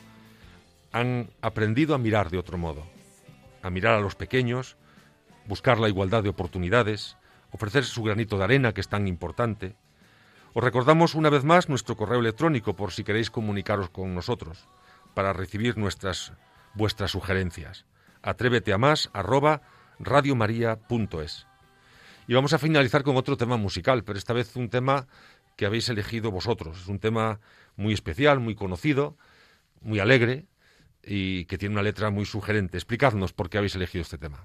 han aprendido a mirar de otro modo, a mirar a los pequeños, buscar la igualdad de oportunidades, ofrecer su granito de arena, que es tan importante. Os recordamos una vez más nuestro correo electrónico por si queréis comunicaros con nosotros, para recibir nuestras vuestras sugerencias. atrévete a más arroba radiomaria punto es. Y vamos a finalizar con otro tema musical, pero esta vez un tema que habéis elegido vosotros. Es un tema muy especial, muy conocido, muy alegre y que tiene una letra muy sugerente. Explicadnos por qué habéis elegido este tema.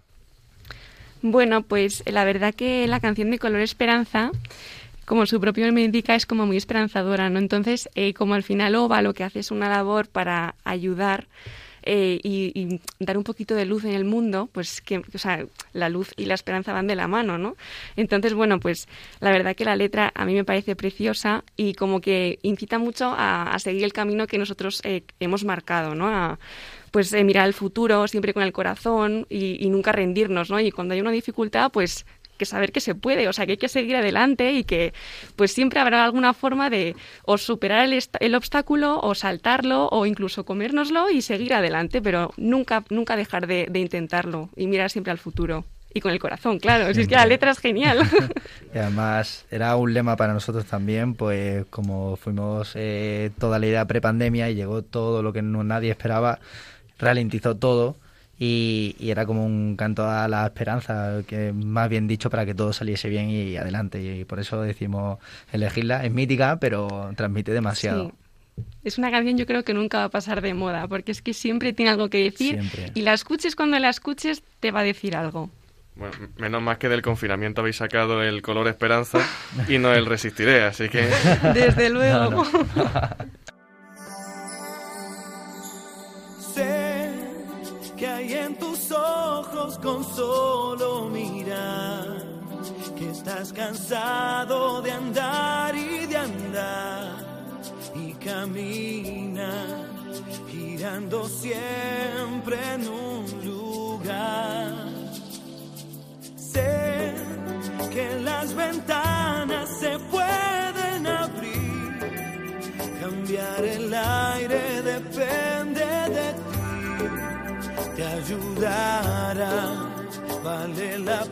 Bueno, pues la verdad que la canción de Color Esperanza, como su propio nombre indica, es como muy esperanzadora, ¿no? Entonces, eh, como al final O V A lo que hace es una labor para ayudar eh, y, y dar un poquito de luz en el mundo, pues que, o sea, la luz y la esperanza van de la mano, ¿no? Entonces, bueno, pues la verdad que la letra a mí me parece preciosa y como que incita mucho a, a seguir el camino que nosotros eh, hemos marcado, ¿no? A, pues eh, mirar al futuro siempre con el corazón y, y nunca rendirnos, ¿no? Y cuando hay una dificultad, pues que saber que se puede, o sea, que hay que seguir adelante y que pues siempre habrá alguna forma de o superar el, est- el obstáculo o saltarlo o incluso comérnoslo y seguir adelante, pero nunca nunca dejar de, de intentarlo y mirar siempre al futuro. Y con el corazón, claro, si es que la letra es genial. Y además era un lema para nosotros también, pues como fuimos eh, toda la idea prepandemia y llegó todo lo que no, nadie esperaba, ralentizó todo. Y, y era como un canto a la esperanza, que más bien dicho, para que todo saliese bien y adelante. Y por eso decimos elegirla. Es mítica, pero transmite demasiado. Sí. Es una canción yo creo que nunca va a pasar de moda, porque es que siempre tiene algo que decir. Siempre. Y la escuches cuando la escuches, te va a decir algo. Bueno, menos más que del confinamiento habéis sacado el Color Esperanza y no el Resistiré, así que... Desde luego. No, no. Que hay en tus ojos con solo mirar, que estás cansado de andar y de andar y caminar girando siempre en un lugar. Sé que las ventanas se pueden ayudará. Vale la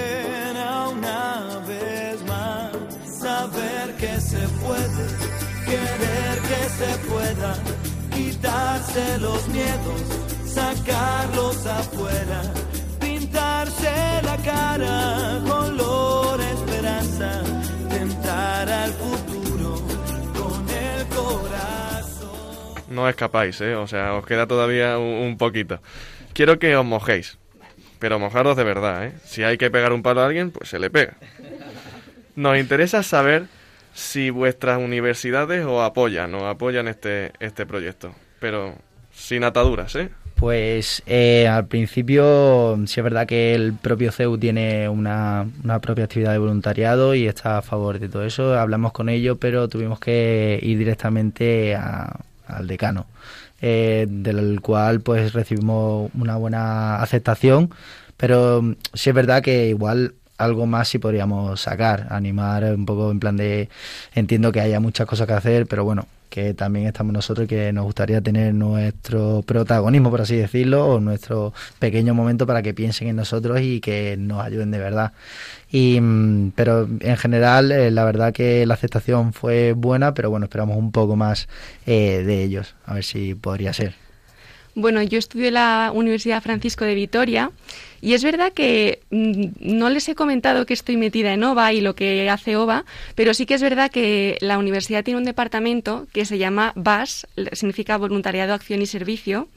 pena una vez más saber que se puede, querer que se pueda, quitarse los miedos, sacarlos afuera, pintarse la cara, color esperanza, tentar al futuro con el corazón. No escapáis, ¿eh? O sea, os queda todavía un, un poquito. Quiero que os mojéis, pero mojaros de verdad, ¿eh? Si hay que pegar un palo a alguien, pues se le pega. Nos interesa saber si vuestras universidades os apoyan, os apoyan este, este proyecto, pero sin ataduras, ¿eh? Pues eh, al principio sí es verdad que el propio C E U tiene una, una propia actividad de voluntariado y está a favor de todo eso. Hablamos con ellos, pero tuvimos que ir directamente a, al decano, eh, del cual pues recibimos una buena aceptación, pero sí es verdad que igual algo más sí podríamos sacar, animar un poco en plan de, entiendo que haya muchas cosas que hacer, pero bueno, que también estamos nosotros y que nos gustaría tener nuestro protagonismo, por así decirlo, o nuestro pequeño momento para que piensen en nosotros y que nos ayuden de verdad. Y pero en general eh, la verdad que la aceptación fue buena, pero bueno, esperamos un poco más eh, de ellos, a ver si podría ser. Bueno, yo estudio en la Universidad Francisco de Vitoria y es verdad que mmm, no les he comentado que estoy metida en O V A y lo que hace O V A, pero sí que es verdad que la universidad tiene un departamento que se llama V A S, significa Voluntariado, Acción y Servicio,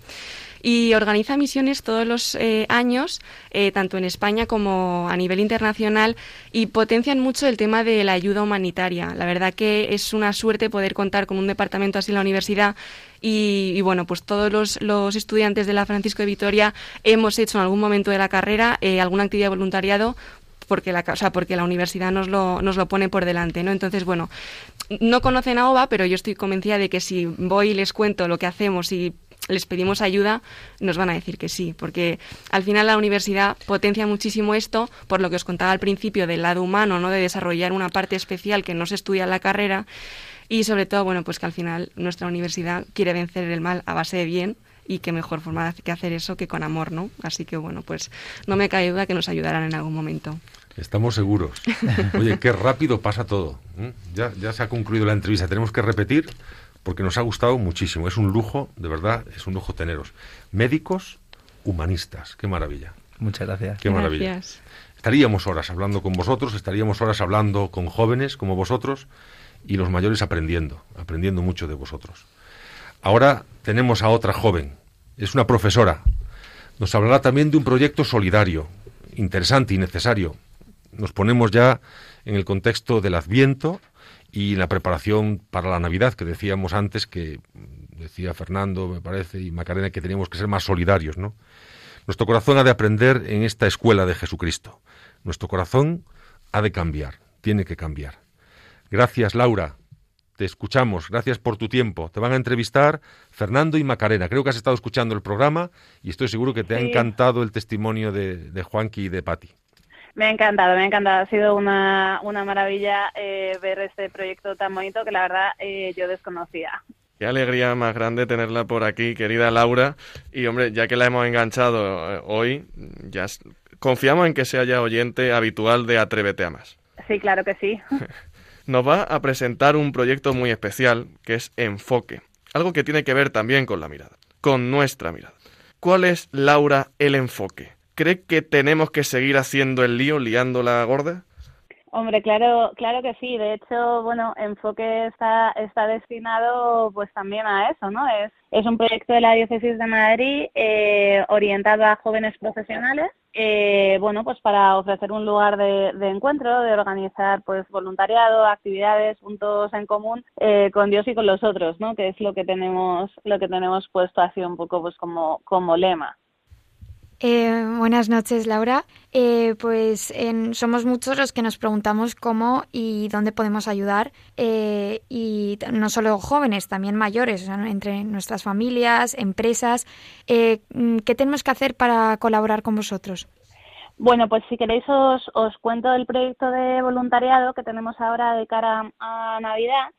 y organiza misiones todos los eh, años, eh, tanto en España como a nivel internacional, y potencian mucho el tema de la ayuda humanitaria. La verdad que es una suerte poder contar con un departamento así en la universidad. Y, y bueno, pues todos los, los estudiantes de la Francisco de Vitoria hemos hecho en algún momento de la carrera eh, alguna actividad de voluntariado porque la, o sea, porque la universidad nos lo, nos lo pone por delante, ¿no? Entonces, bueno, no conocen a O V A, pero yo estoy convencida de que si voy y les cuento lo que hacemos y les pedimos ayuda, nos van a decir que sí, porque al final la universidad potencia muchísimo esto, por lo que os contaba al principio del lado humano, ¿no? De desarrollar una parte especial que no se estudia en la carrera. Y sobre todo, bueno, pues que al final nuestra universidad quiere vencer el mal a base de bien y qué mejor forma que hacer eso que con amor, ¿no? Así que, bueno, pues no me cae duda que nos ayudarán en algún momento. Estamos seguros. Oye, qué rápido pasa todo. ¿eh? Ya, ya se ha concluido la entrevista. Tenemos que repetir porque nos ha gustado muchísimo. Es un lujo, de verdad, es un lujo teneros. Médicos humanistas. Qué maravilla. Muchas gracias. Qué maravilla. Gracias. Estaríamos horas hablando con vosotros, estaríamos horas hablando con jóvenes como vosotros, y los mayores aprendiendo, aprendiendo mucho de vosotros. Ahora tenemos a otra joven, es una profesora. Nos hablará también de un proyecto solidario, interesante y necesario. Nos ponemos ya en el contexto del Adviento y la preparación para la Navidad, que decíamos antes, que decía Fernando, me parece, y Macarena, que teníamos que ser más solidarios, ¿no? Nuestro corazón ha de aprender en esta escuela de Jesucristo. Nuestro corazón ha de cambiar, tiene que cambiar. Gracias, Laura. Te escuchamos. Gracias por tu tiempo. Te van a entrevistar Fernando y Macarena. Creo que has estado escuchando el programa y estoy seguro que te sí. ha encantado el testimonio de, de Juanqui y de Pati. Me ha encantado, me ha encantado. Ha sido una, una maravilla eh, ver este proyecto tan bonito que la verdad eh, yo desconocía. Qué alegría más grande tenerla por aquí, querida Laura. Y, hombre, ya que la hemos enganchado eh, hoy, ya confiamos en que sea ya oyente habitual de Atrévete a Más. Sí, claro que sí. Nos va a presentar un proyecto muy especial, que es Enfoque. Algo que tiene que ver también con la mirada, con nuestra mirada. ¿Cuál es, Laura, el enfoque? ¿Cree que tenemos que seguir haciendo el lío, liando la gorda? Hombre, claro, claro que sí. De hecho, bueno, Enfoque está está destinado pues también a eso, ¿no? Es es un proyecto de la Diócesis de Madrid eh, orientado a jóvenes profesionales, eh, bueno, pues para ofrecer un lugar de, de encuentro, de organizar pues voluntariado, actividades, puntos en común eh, con Dios y con los otros, ¿no? Que es lo que tenemos lo que tenemos puesto así un poco pues como como lema. Eh, buenas noches, Laura. Eh, pues en, somos muchos los que nos preguntamos cómo y dónde podemos ayudar, eh, y no solo jóvenes, también mayores, o sea, entre nuestras familias, empresas. Eh, ¿Qué tenemos que hacer para colaborar con vosotros? Bueno, pues si queréis os, os cuento el proyecto de voluntariado que tenemos ahora de cara a Navidad.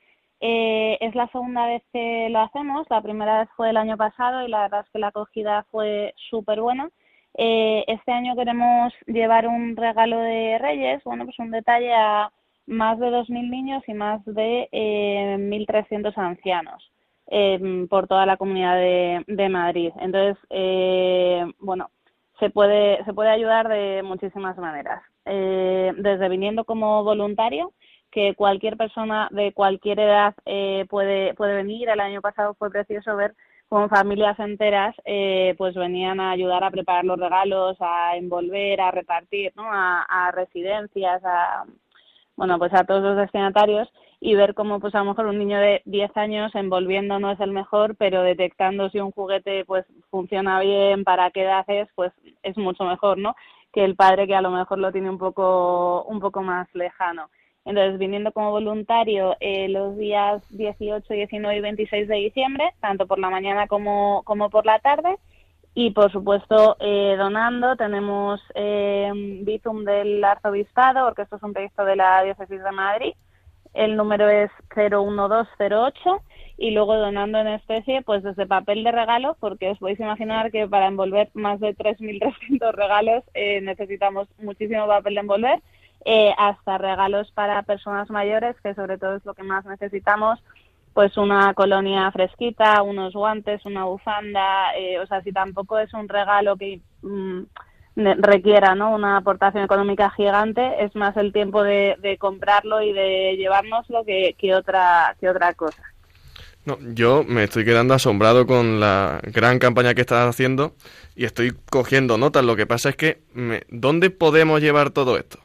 Eh, es la segunda vez que lo hacemos, la primera vez fue el año pasado y la verdad es que la acogida fue súper buena. Eh, este año queremos llevar un regalo de Reyes, bueno, pues un detalle a más de dos mil niños y más de eh, mil trescientos ancianos eh, por toda la comunidad de, de Madrid. Entonces, eh, bueno, se puede, se puede ayudar de muchísimas maneras, eh, desde viniendo como voluntario, que cualquier persona de cualquier edad eh, puede puede venir. El año pasado fue precioso ver cómo familias enteras eh, pues venían a ayudar a preparar los regalos, a envolver, a repartir, ¿no? a, a residencias, a bueno pues a todos los destinatarios, y ver cómo pues a lo mejor un niño de diez años envolviendo no es el mejor, pero detectando si un juguete pues funciona bien, para qué edad es, pues es mucho mejor, ¿no? Que el padre que a lo mejor lo tiene un poco un poco más lejano. Entonces, viniendo como voluntario eh, los días dieciocho, diecinueve y veintiséis de diciembre, tanto por la mañana como, como por la tarde, y por supuesto eh, donando. Tenemos eh, Bizum del Arzobispado, porque esto es un proyecto de la Diócesis de Madrid. El número es cero uno dos cero ocho, y luego donando en especie, pues desde papel de regalo, porque os podéis imaginar que para envolver más de tres mil trescientos regalos eh, necesitamos muchísimo papel de envolver, eh, hasta regalos para personas mayores, que sobre todo es lo que más necesitamos, pues una colonia fresquita, unos guantes, una bufanda, eh, o sea, si tampoco es un regalo que mmm, requiera, ¿no?, una aportación económica gigante, es más el tiempo de, de comprarlo y de llevárnoslo que, que otra que otra cosa. No, yo me estoy quedando asombrado con la gran campaña que estás haciendo y estoy cogiendo notas. Lo que pasa es que, me, ¿dónde podemos llevar todo esto?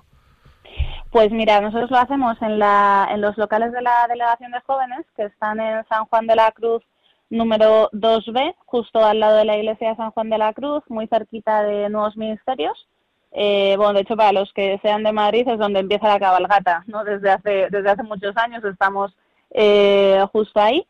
Pues mira, nosotros lo hacemos en, la, en los locales de la Delegación de Jóvenes, que están en San Juan de la Cruz número dos B, justo al lado de la iglesia de San Juan de la Cruz, muy cerquita de Nuevos Ministerios. Eh, bueno, de hecho, para los que sean de Madrid es donde empieza la cabalgata, ¿no? Desde hace, desde hace muchos años estamos eh, justo ahí.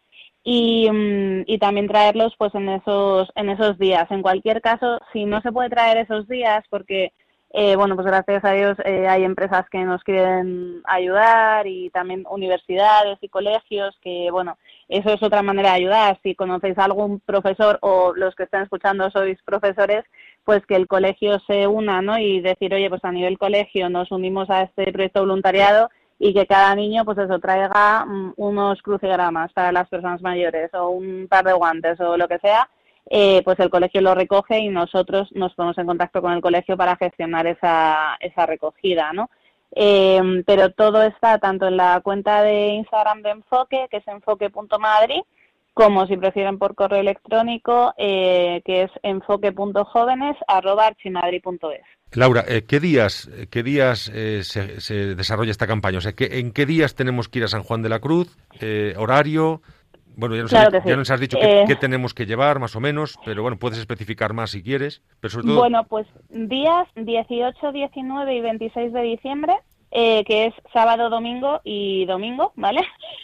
Y, y también traerlos pues en esos en esos días. En cualquier caso, si no se puede traer esos días, porque eh, bueno, pues gracias a Dios eh, hay empresas que nos quieren ayudar, y también universidades y colegios, que bueno, eso es otra manera de ayudar. Si conocéis a algún profesor, o los que estén escuchando sois profesores, pues que el colegio se una, ¿no? Y decir, oye, pues a nivel colegio nos unimos a este proyecto voluntariado, y que cada niño, pues eso, traiga um, unos crucigramas para las personas mayores, o un par de guantes, o lo que sea, eh, pues el colegio lo recoge y nosotros nos ponemos en contacto con el colegio para gestionar esa, esa recogida, ¿no? Eh, pero todo está tanto en la cuenta de Instagram de Enfoque, que es enfoque punto madrid, como si prefieren por correo electrónico, eh, que es enfoque punto jóvenes arroba archimadrid punto es. Laura, eh, ¿qué días, qué días eh, se, se desarrolla esta campaña? O sea, ¿qué, ¿en qué días tenemos que ir a San Juan de la Cruz? Eh, ¿Horario? Bueno, ya nos, claro has, sí. ya nos has dicho eh, qué, qué tenemos que llevar, más o menos, pero bueno, puedes especificar más si quieres. Pero sobre todo... Bueno, pues días dieciocho, diecinueve y veintiséis de diciembre, eh, que es sábado, domingo y domingo, ¿vale?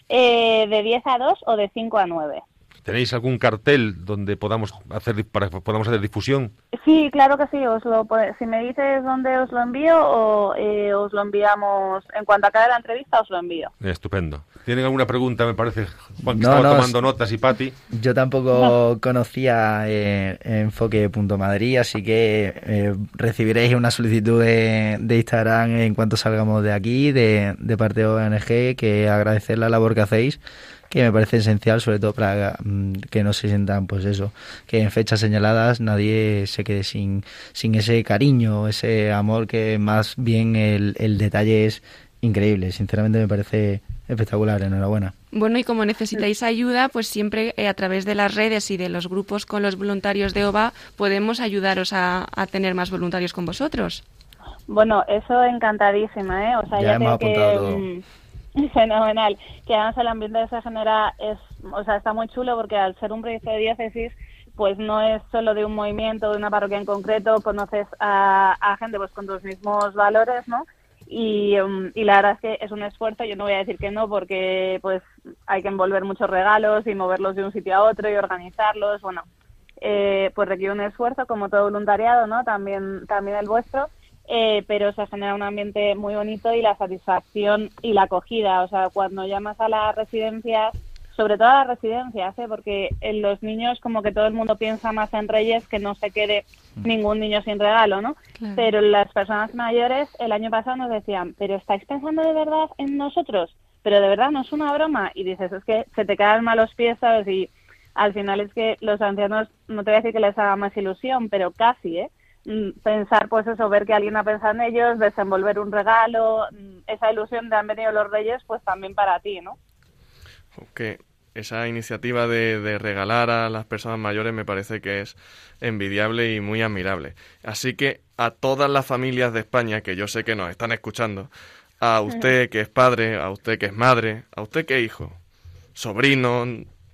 Eh, de diez a dos o de cinco a nueve. ¿Tenéis algún cartel donde podamos hacer para podamos hacer difusión? Sí, claro que sí. Os lo si me dices dónde os lo envío, o eh, os lo enviamos en cuanto acabe la entrevista, os lo envío. Estupendo. ¿Tienen alguna pregunta? Me parece, Juan, que no, estaba no, tomando notas, y Pati. Yo tampoco no. conocía eh, enfoque punto madrid, así que eh, recibiréis una solicitud de, de Instagram en cuanto salgamos de aquí, de, de parte de O N G, que agradecer la labor que hacéis, que me parece esencial, sobre todo para um, que no se sientan, pues eso, que en fechas señaladas nadie se quede sin, sin ese cariño, ese amor, que más bien el, el detalle es increíble. Sinceramente me parece espectacular, enhorabuena. Bueno, y como necesitáis ayuda, pues siempre eh, a través de las redes y de los grupos con los voluntarios de O V A podemos ayudaros a, a tener más voluntarios con vosotros. Bueno, eso encantadísima, ¿eh? O sea, ya, ya hemos apuntado que, todo. Mmm, fenomenal, que además el ambiente que se genera es, o sea, está muy chulo, porque al ser un proyecto de diócesis, pues no es solo de un movimiento, de una parroquia en concreto, conoces a, a gente pues con tus mismos valores, ¿no? Y, um, y la verdad es que es un esfuerzo. Yo no voy a decir que no, porque pues hay que envolver muchos regalos y moverlos de un sitio a otro y organizarlos, bueno, eh, pues requiere un esfuerzo, como todo voluntariado, ¿no? También, también el vuestro. eh, pero se genera un ambiente muy bonito y la satisfacción y la acogida. O sea, cuando llamas a las residencias, sobre todo a las residencias, ¿eh? Porque en los niños como que todo el mundo piensa más en Reyes, que no se quede ningún niño sin regalo, ¿no? Claro. Pero las personas mayores el año pasado nos decían, ¿pero estáis pensando de verdad en nosotros? ¿Pero de verdad no es una broma? Y dices, es que se te quedan malos pies, ¿sabes? Y al final es que los ancianos, no te voy a decir que les haga más ilusión, pero casi, ¿eh? Pensar, pues eso, ver que alguien ha pensado en ellos, desenvolver un regalo, esa ilusión de han venido los Reyes, pues también para ti, ¿no? Que esa iniciativa de, de regalar a las personas mayores me parece que es envidiable y muy admirable. Así que a todas las familias de España, que yo sé que nos están escuchando, a usted que es padre, a usted que es madre, a usted que es hijo, sobrino,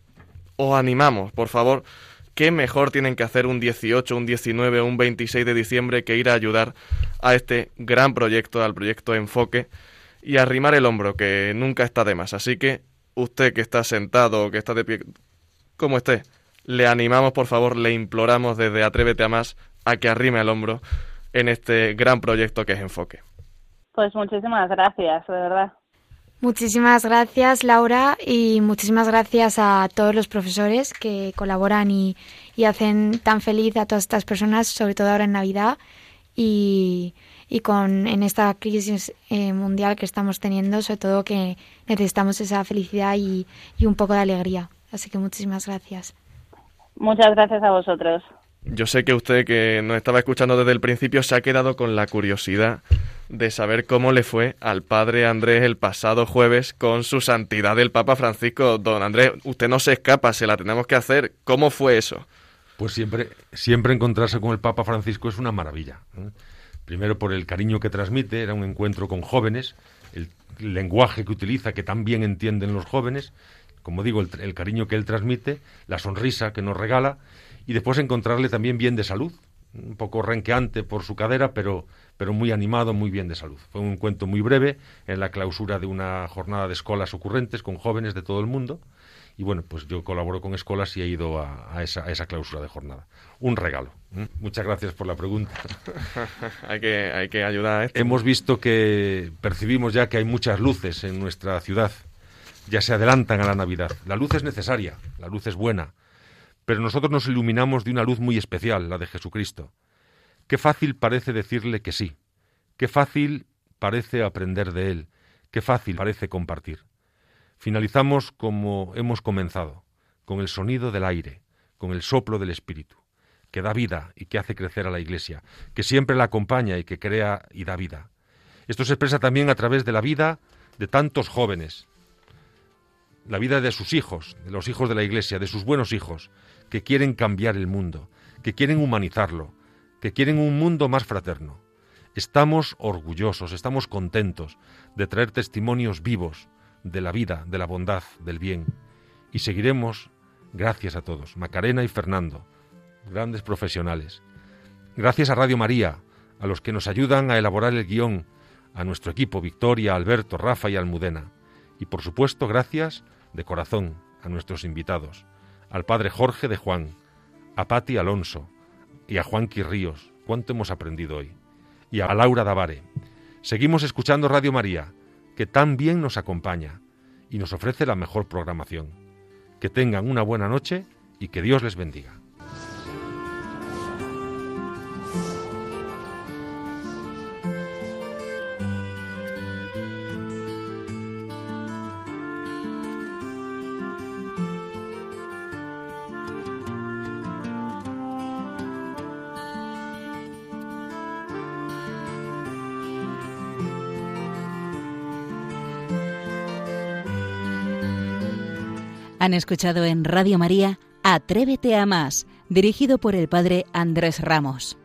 os animamos, por favor, ¿qué mejor tienen que hacer un dieciocho, un diecinueve o un veintiséis de diciembre que ir a ayudar a este gran proyecto, al proyecto Enfoque, y arrimar el hombro, que nunca está de más? Así que usted que está sentado o que está de pie, como esté, le animamos, por favor, le imploramos desde Atrévete a Más a que arrime el hombro en este gran proyecto que es Enfoque. Pues muchísimas gracias, de verdad. Muchísimas gracias, Laura, y muchísimas gracias a todos los profesores que colaboran y, y hacen tan feliz a todas estas personas, sobre todo ahora en Navidad y, y con en esta crisis eh, mundial que estamos teniendo, sobre todo que necesitamos esa felicidad y, y un poco de alegría. Así que muchísimas gracias. Muchas gracias a vosotros. Yo sé que usted, que nos estaba escuchando desde el principio, se ha quedado con la curiosidad de saber cómo le fue al padre Andrés el pasado jueves con su santidad el Papa Francisco. Don Andrés, usted no se escapa, se la tenemos que hacer. ¿Cómo fue eso? Pues siempre, siempre encontrarse con el Papa Francisco es una maravilla, ¿eh? Primero por el cariño que transmite, era un encuentro con jóvenes, el lenguaje que utiliza, que tan bien entienden los jóvenes, como digo, el, el cariño que él transmite, la sonrisa que nos regala, y después encontrarle también bien de salud, un poco renqueante por su cadera, pero, pero muy animado, muy bien de salud. Fue un encuentro muy breve en la clausura de una jornada de escolas ocurrentes con jóvenes de todo el mundo, y bueno, pues yo colaboro con escolas y he ido a, a, esa, a esa clausura de jornada. Un regalo. ¿eh? Muchas gracias por la pregunta. hay, que, hay que ayudar a esto. Hemos visto que percibimos ya que hay muchas luces en nuestra ciudad, ya se adelantan a la Navidad. La luz es necesaria, la luz es buena, pero nosotros nos iluminamos de una luz muy especial, la de Jesucristo. Qué fácil parece decirle que sí, qué fácil parece aprender de Él, qué fácil parece compartir. Finalizamos como hemos comenzado, con el sonido del aire, con el soplo del Espíritu, que da vida y que hace crecer a la Iglesia, que siempre la acompaña y que crea y da vida. Esto se expresa también a través de la vida de tantos jóvenes, la vida de sus hijos, de los hijos de la Iglesia, de sus buenos hijos, que quieren cambiar el mundo, que quieren humanizarlo, que quieren un mundo más fraterno. Estamos orgullosos, estamos contentos de traer testimonios vivos de la vida, de la bondad, del bien. Y seguiremos, gracias a todos, Macarena y Fernando, grandes profesionales. Gracias a Radio María, a los que nos ayudan a elaborar el guión, a nuestro equipo, Victoria, Alberto, Rafa y Almudena. Y por supuesto, gracias de corazón a nuestros invitados, al padre Jorge de Juan, a Pati Alonso y a Juanqui Ríos. ¿Cuánto hemos aprendido hoy? Y a Laura Davare. Seguimos escuchando Radio María, que tan bien nos acompaña y nos ofrece la mejor programación. Que tengan una buena noche y que Dios les bendiga. Han escuchado en Radio María Atrévete a Más, dirigido por el padre Andrés Ramos.